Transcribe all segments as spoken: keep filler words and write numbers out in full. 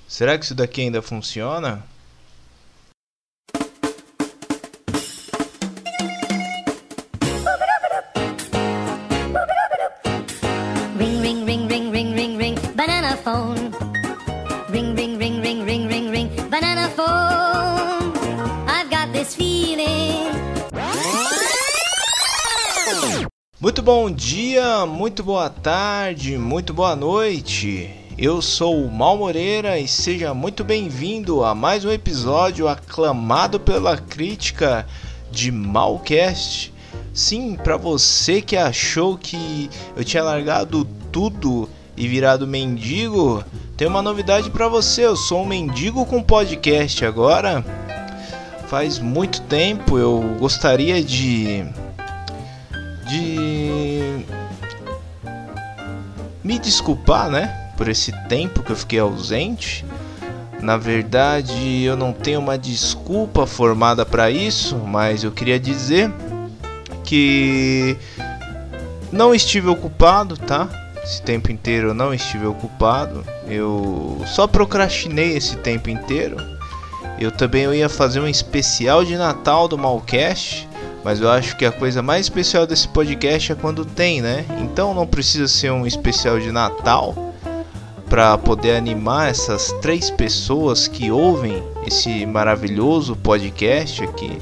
Será que isso daqui ainda funciona? Ring, ring, ring, ring, ring, ring, ring, banana phone. Ring, ring, ring, ring, ring, ring, ring, banana phone. I've got this feeling. Muito bom dia, muito boa tarde, muito boa noite. Eu sou o Mal Moreira e seja muito bem-vindo a mais um episódio aclamado pela crítica de Malcast. Sim, para você que achou que eu tinha largado tudo e virado mendigo, tem uma novidade para você. Eu sou um mendigo com podcast agora. Faz muito tempo, eu gostaria de de me desculpar, né? Por esse tempo que eu fiquei ausente. Na verdade, eu não tenho uma desculpa formada para isso, mas eu queria dizer que não estive ocupado, tá? Esse tempo inteiro eu não estive ocupado. Eu só procrastinei esse tempo inteiro. Eu também eu ia fazer um especial de Natal do Malcast, mas eu acho que a coisa mais especial desse podcast é quando tem, né? Então não precisa ser um especial de Natal para poder animar essas três pessoas que ouvem esse maravilhoso podcast aqui.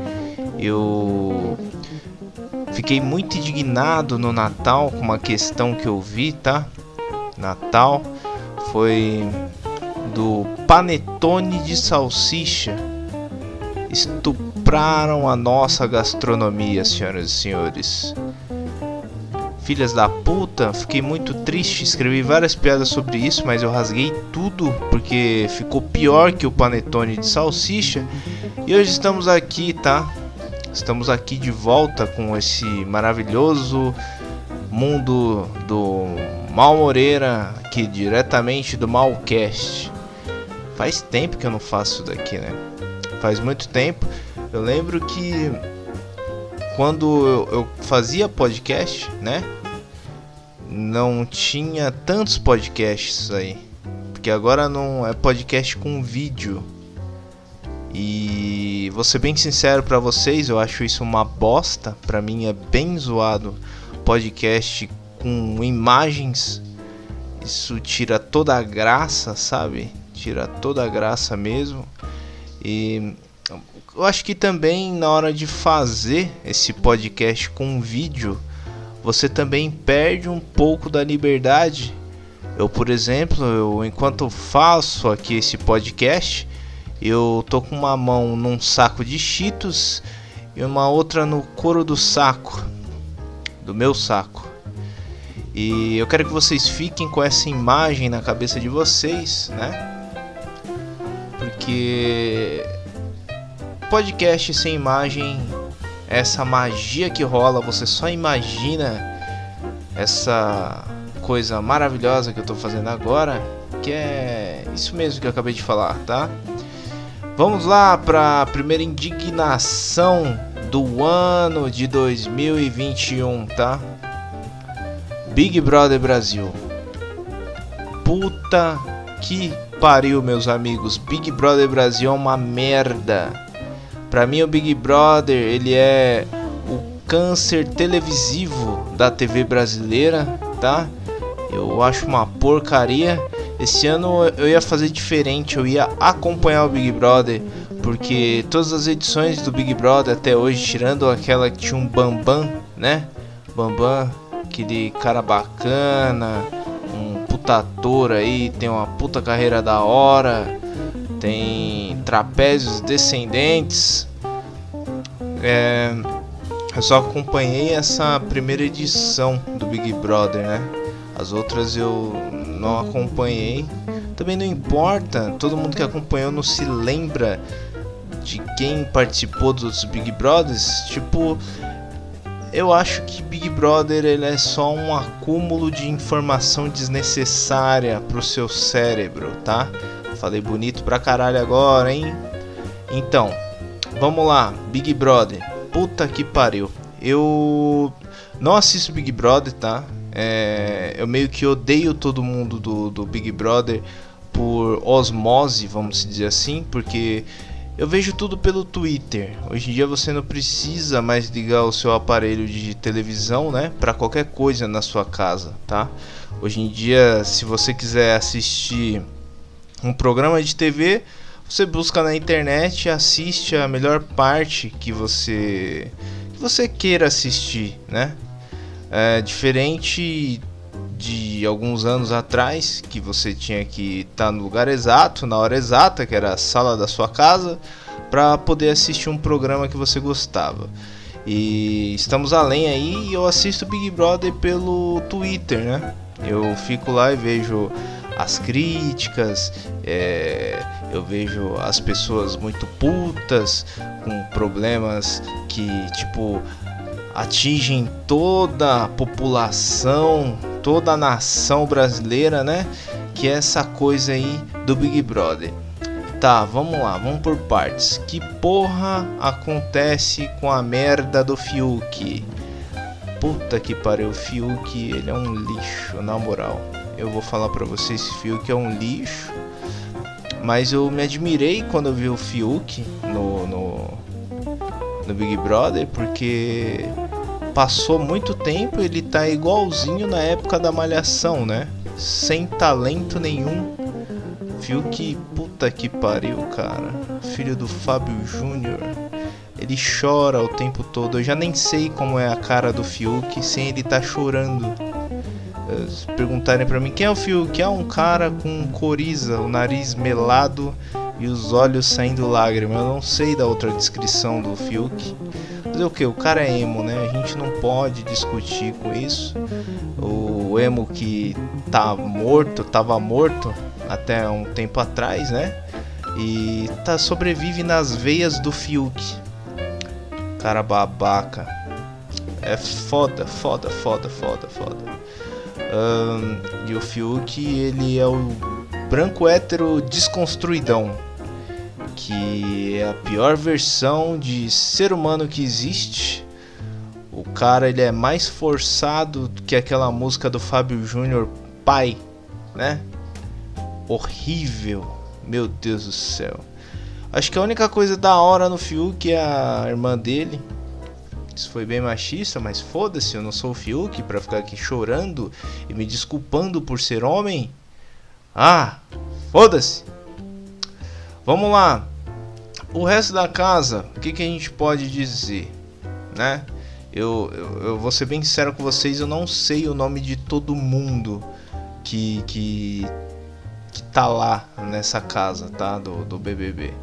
Eu fiquei muito indignado no Natal com uma questão que eu vi, tá? Natal foi do panetone de salsicha. Estupraram a nossa gastronomia, senhoras e senhores. Filhas da puta, fiquei muito triste, escrevi várias piadas sobre isso, mas eu rasguei tudo porque ficou pior que o panetone de salsicha. E hoje estamos aqui, tá? Estamos aqui de volta com esse maravilhoso mundo do Mal Moreira, aqui diretamente do Malcast. Faz tempo que eu não faço isso daqui, né? Faz muito tempo. Eu lembro que quando eu, eu fazia podcast, né? Não tinha tantos podcasts aí, porque agora não é podcast com vídeo. E vou ser bem sincero pra vocês, eu acho isso uma bosta. Pra mim é bem zoado podcast com imagens. Isso tira toda a graça, sabe? Tira toda a graça mesmo. E eu acho que também na hora de fazer esse podcast com vídeo, você também perde um pouco da liberdade. Eu, por exemplo, eu, enquanto faço aqui esse podcast, eu tô com uma mão num saco de Cheetos e uma outra no couro do saco, do meu saco. E eu quero que vocês fiquem com essa imagem na cabeça de vocês, né? Porque podcast sem imagem, essa magia que rola, você só imagina essa coisa maravilhosa que eu tô fazendo agora, que é isso mesmo que eu acabei de falar, tá? Vamos lá para a primeira indignação do ano de dois mil e vinte e um, tá? Big Brother Brasil. Puta que pariu, meus amigos. Big Brother Brasil é uma merda. Pra mim o Big Brother, ele é o câncer televisivo da T V brasileira, tá? Eu acho uma porcaria. Esse ano eu ia fazer diferente, eu ia acompanhar o Big Brother, porque todas as edições do Big Brother até hoje, tirando aquela que tinha um Bambam, né? Bambam, aquele cara bacana, um puta ator aí, tem uma puta carreira da hora, tem trapézios descendentes. É, eu só acompanhei essa primeira edição do Big Brother, né? As outras eu não acompanhei. Também não importa, todo mundo que acompanhou não se lembra de quem participou dos outros Big Brothers. Tipo, eu acho que Big Brother ele é só um acúmulo de informação desnecessária pro seu cérebro, tá? Falei bonito pra caralho agora, hein? Então, vamos lá, Big Brother. Puta que pariu. Eu não assisto Big Brother, tá? É, eu meio que odeio todo mundo do, do Big Brother por osmose, vamos dizer assim, porque eu vejo tudo pelo Twitter. Hoje em dia você não precisa mais ligar o seu aparelho de televisão, né, para qualquer coisa na sua casa, tá? Hoje em dia, se você quiser assistir um programa de T V, você busca na internet e assiste a melhor parte que você que você queira assistir, né? É diferente de alguns anos atrás, que você tinha que estar no lugar exato, na hora exata, que era a sala da sua casa, para poder assistir um programa que você gostava. E estamos além aí, e eu assisto Big Brother pelo Twitter, né? Eu fico lá e vejo as críticas, é, eu vejo as pessoas muito putas, com problemas que, tipo, atingem toda a população, toda a nação brasileira, né? Que é essa coisa aí do Big Brother. Tá, vamos lá, vamos por partes. Que porra acontece com a merda do Fiuk? Puta que pariu, o Fiuk, ele é um lixo, na moral. Eu vou falar pra vocês, esse Fiuk é um lixo. Mas eu me admirei quando eu vi o Fiuk no, no, no Big Brother, porque passou muito tempo, ele tá igualzinho na época da Malhação, né? Sem talento nenhum. Fiuk, puta que pariu, cara. Filho do Fábio Júnior. Ele chora o tempo todo. Eu já nem sei como é a cara do Fiuk sem ele tá chorando. Se perguntarem pra mim quem é o Fiuk, é um cara com coriza, o nariz melado e os olhos saindo lágrimas. Eu não sei da outra descrição do Fiuk. Mas é o que? O cara é emo, né? A gente não pode discutir com isso. O emo que tá morto, tava morto até um tempo atrás, né? E tá, sobrevive nas veias do Fiuk. Cara babaca. É foda, foda, foda, foda, foda. Um, e o Fiuk, ele é o branco hétero desconstruidão, que é a pior versão de ser humano que existe. O cara, ele é mais forçado que aquela música do Fábio Júnior, Pai, né? Horrível, meu Deus do céu. Acho que a única coisa da hora no Fiuk é a irmã dele. Isso foi bem machista, mas foda-se, eu não sou o Fiuk pra ficar aqui chorando e me desculpando por ser homem. Ah, foda-se. Vamos lá. O resto da casa, o que, que a gente pode dizer, né? Eu, eu, eu vou ser bem sincero com vocês, eu não sei o nome de todo mundo que, que, que tá lá nessa casa, tá? Do, do B B B.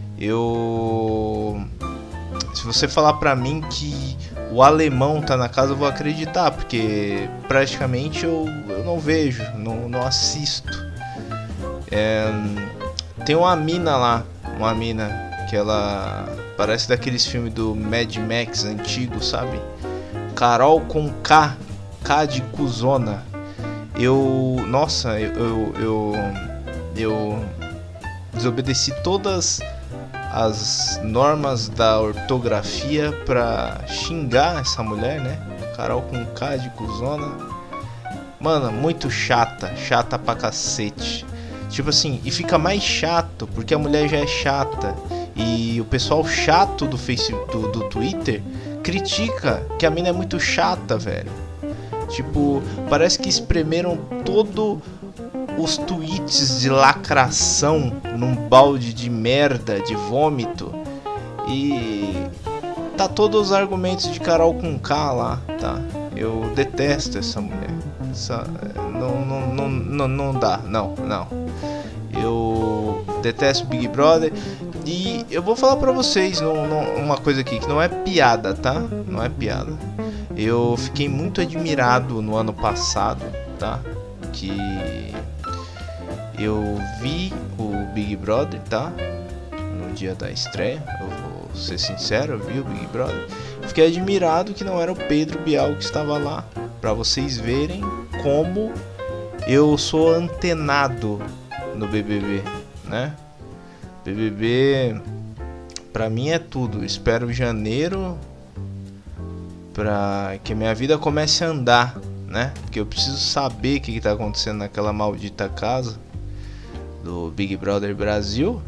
Eu... Se você falar pra mim que o alemão tá na casa, eu vou acreditar, porque praticamente eu, eu não vejo, não, não assisto. É, tem uma mina lá, uma mina que ela parece daqueles filmes do Mad Max antigo, sabe? Carol com K, K de cuzona. Eu, nossa, eu, eu, eu, eu desobedeci todas as normas da ortografia pra xingar essa mulher, né? Carol com K de cuzona. Mano, muito chata, chata pra cacete. Tipo assim, e fica mais chato porque a mulher já é chata. E o pessoal chato do Facebook, do, do Twitter, critica que a mina é muito chata, velho. Tipo, parece que espremeram todo os tweets de lacração num balde de merda, de vômito, e tá todos os argumentos de Carol com K lá, tá? Eu detesto essa mulher. Essa, não, não, não, não, não dá, não, não. Eu detesto Big Brother. E eu vou falar pra vocês não, não, uma coisa aqui que não é piada, tá? Não é piada. Eu fiquei muito admirado no ano passado, tá? Que eu vi o Big Brother, tá? No dia da estreia, eu vou ser sincero, eu vi o Big Brother. Fiquei admirado que não era o Pedro Bial que estava lá. Pra vocês verem como eu sou antenado no B B B, né? B B B pra mim é tudo. Espero janeiro pra que minha vida comece a andar, né? Porque eu preciso saber o que, que tá acontecendo naquela maldita casa. do Big Brother Brasil.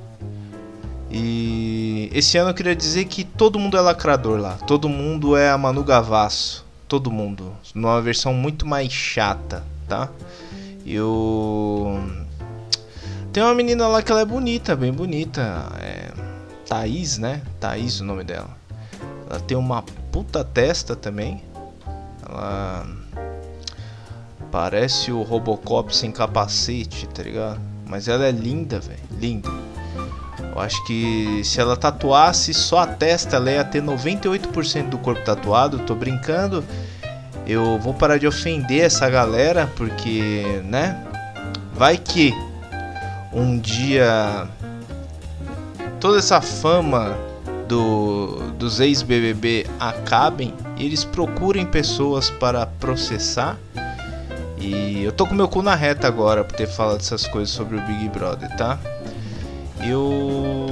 E esse ano eu queria dizer que todo mundo é lacrador lá. Todo mundo é a Manu Gavassi. Todo mundo. Numa versão muito mais chata, tá? Eu... Tem uma menina lá que ela é bonita, bem bonita. É... Thaís, né? Thaís o nome dela. Ela tem uma puta testa também. Ela... Parece o Robocop sem capacete, tá ligado? Mas ela é linda, velho. Linda. Eu acho que se ela tatuasse só a testa, ela ia ter noventa e oito por cento do corpo tatuado. Tô brincando. Eu vou parar de ofender essa galera, porque, né? Vai que um dia toda essa fama do, dos ex-B B B acabem e eles procurem pessoas para processar. E eu tô com meu cu na reta agora por ter falado essas coisas sobre o Big Brother, tá? Eu...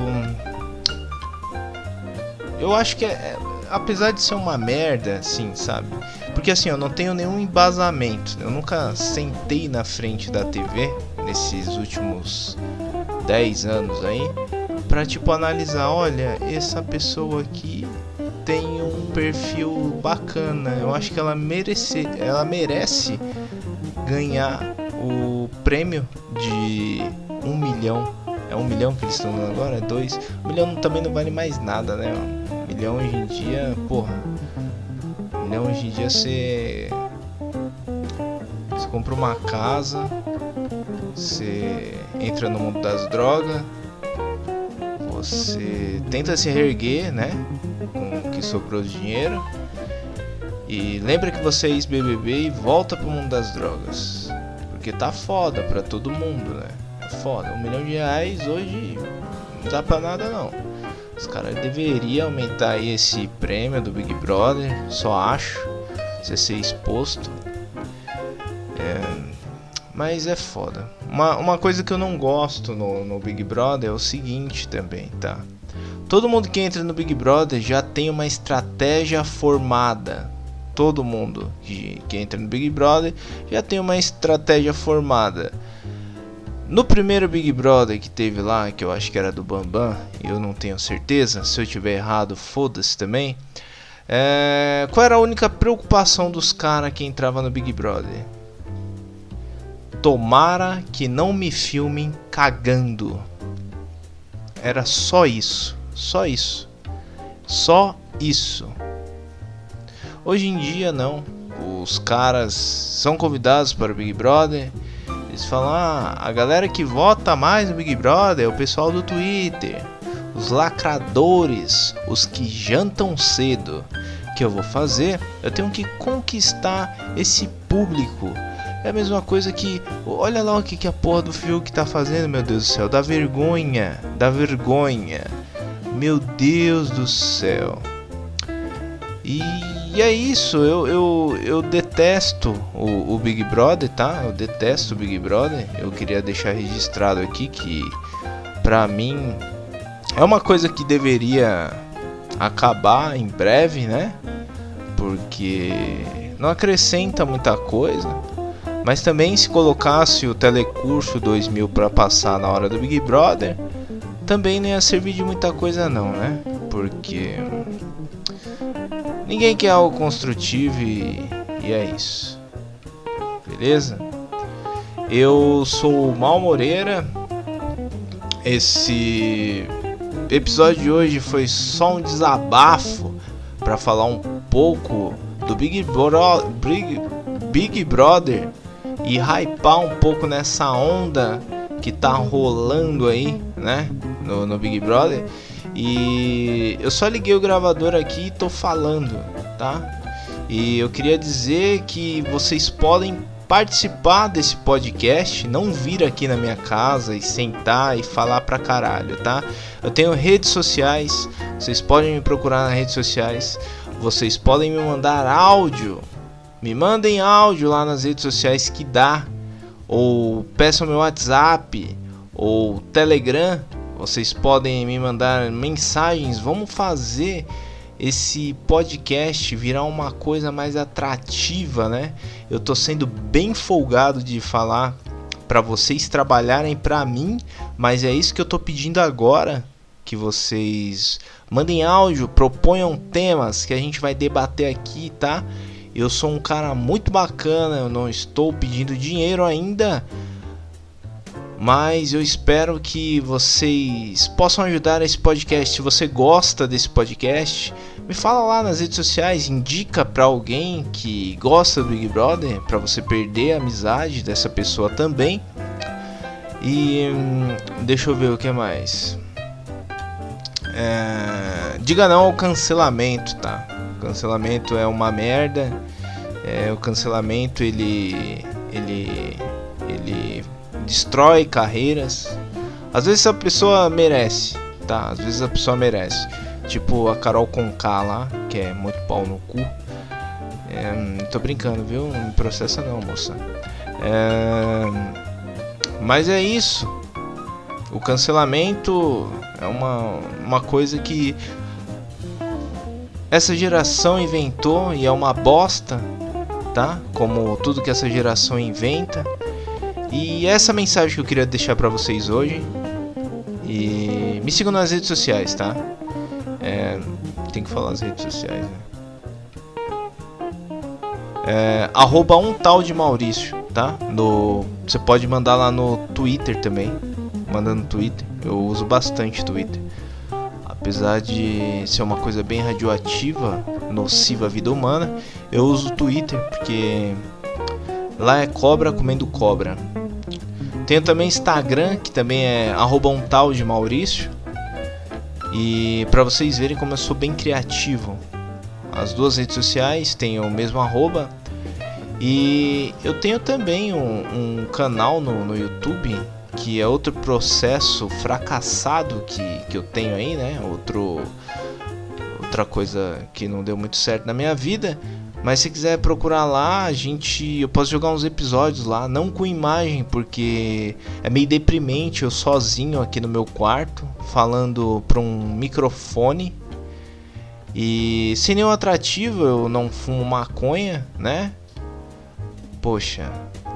Eu acho que, é, apesar de ser uma merda, assim, sabe? Porque assim, eu não tenho nenhum embasamento. Eu nunca sentei na frente da T V nesses últimos dez anos aí pra, tipo, analisar, olha, essa pessoa aqui tem um perfil bacana. Eu acho que ela merece, ela merece ganhar o prêmio de um milhão. É um milhão que eles estão dando agora? É dois? Um milhão também não vale mais nada, né? Um milhão hoje em dia, porra. Um milhão hoje em dia você... Você compra uma casa, você entra no mundo das drogas, você tenta se reerguer, né? Com o que sobrou de dinheiro. E lembra que você é ex-B B B e volta pro mundo das drogas. Porque tá foda pra todo mundo, né? Foda, um milhão de reais hoje não dá pra nada não. Os caras deveriam aumentar aí esse prêmio do Big Brother, só acho, você ser exposto. É, mas é foda. Uma, uma coisa que eu não gosto no, no Big Brother é o seguinte também, tá? Todo mundo que entra no Big Brother já tem uma estratégia formada. Todo mundo que, que entra no Big Brother já tem uma estratégia formada. No primeiro Big Brother que teve lá, que eu acho que era do Bambam, eu não tenho certeza, se eu tiver errado, foda-se também. É... Qual era a única preocupação dos caras que entravam no Big Brother? Tomara que não me filmem cagando. Era só isso, só isso, só isso. Hoje em dia não, os caras são convidados para o Big Brother. Eles falam, ah, a galera que vota mais no Big Brother é o pessoal do Twitter, os lacradores, os que jantam cedo. O que eu vou fazer? Eu tenho que conquistar esse público. É a mesma coisa que, olha lá o que, que a porra do Fiuk tá fazendo, meu Deus do céu. Dá vergonha, dá vergonha. Meu Deus do céu. E... E é isso, eu, eu, eu detesto o, o Big Brother, tá? Eu detesto o Big Brother. Eu queria deixar registrado aqui que, pra mim, é uma coisa que deveria acabar em breve, né? Porque não acrescenta muita coisa. Mas também se colocasse o Telecurso dois mil pra passar na hora do Big Brother, também não ia servir de muita coisa não, né? Porque... ninguém quer algo construtivo e, e é isso. Beleza? Eu sou o Mal Moreira. Esse episódio de hoje foi só um desabafo para falar um pouco do Big, Bro- Big, Big Brother e hypar um pouco nessa onda que tá rolando aí, né? No, no Big Brother. E eu só liguei o gravador aqui e tô falando, tá? E eu queria dizer que vocês podem participar desse podcast, não vir aqui na minha casa e sentar e falar pra caralho, tá? Eu tenho redes sociais, vocês podem me procurar nas redes sociais, vocês podem me mandar áudio, me mandem áudio lá nas redes sociais que dá, ou peçam meu WhatsApp, ou Telegram. Vocês podem me mandar mensagens. Vamos fazer esse podcast virar uma coisa mais atrativa, né? Eu tô sendo bem folgado de falar para vocês trabalharem para mim, mas é isso que eu tô pedindo agora, que vocês mandem áudio, proponham temas que a gente vai debater aqui, tá? Eu sou um cara muito bacana, eu não estou pedindo dinheiro ainda, mas eu espero que vocês possam ajudar esse podcast. Se você gosta desse podcast, me fala lá nas redes sociais, indica para alguém que gosta do Big Brother, para você perder a amizade dessa pessoa também. E hum, deixa eu ver o que mais. É, diga não ao cancelamento, tá? O cancelamento é uma merda. É, o cancelamento ele, ele, ele destrói carreiras. Às vezes a pessoa merece, tá? Às vezes a pessoa merece. Tipo a Carol Conká lá, que é muito pau no cu. É, tô brincando, viu? Não me processa não, moça. É, mas é isso. O cancelamento é uma, uma coisa que essa geração inventou e é uma bosta, tá? Como tudo que essa geração inventa. E essa mensagem que eu queria deixar pra vocês hoje. E me sigam nas redes sociais, tá? É, tem que falar as redes sociais, né? É, arroba um tal de Maurício, tá? No, você pode mandar lá no Twitter também. Manda no Twitter. Eu uso bastante Twitter. Apesar de ser uma coisa bem radioativa, nociva à vida humana, eu uso o Twitter porque lá é cobra comendo cobra. Tenho também Instagram, que também é arroba um tal de Maurício. E pra vocês verem como eu sou bem criativo, as duas redes sociais têm o mesmo arroba. E eu tenho também um, um canal no, no YouTube, que é outro processo fracassado que, que eu tenho aí, né? Outro, outra coisa que não deu muito certo na minha vida. Mas se quiser procurar lá, a gente, eu posso jogar uns episódios lá, não com imagem, porque é meio deprimente eu sozinho aqui no meu quarto, falando para um microfone. E sem nenhum atrativo, eu não fumo maconha, né? Poxa,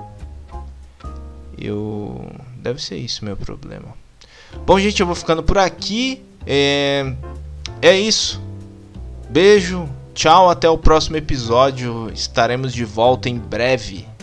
eu... deve ser isso meu problema. Bom, gente, eu vou ficando por aqui. É, é isso. Beijo, tchau, até o próximo episódio. Estaremos de volta em breve.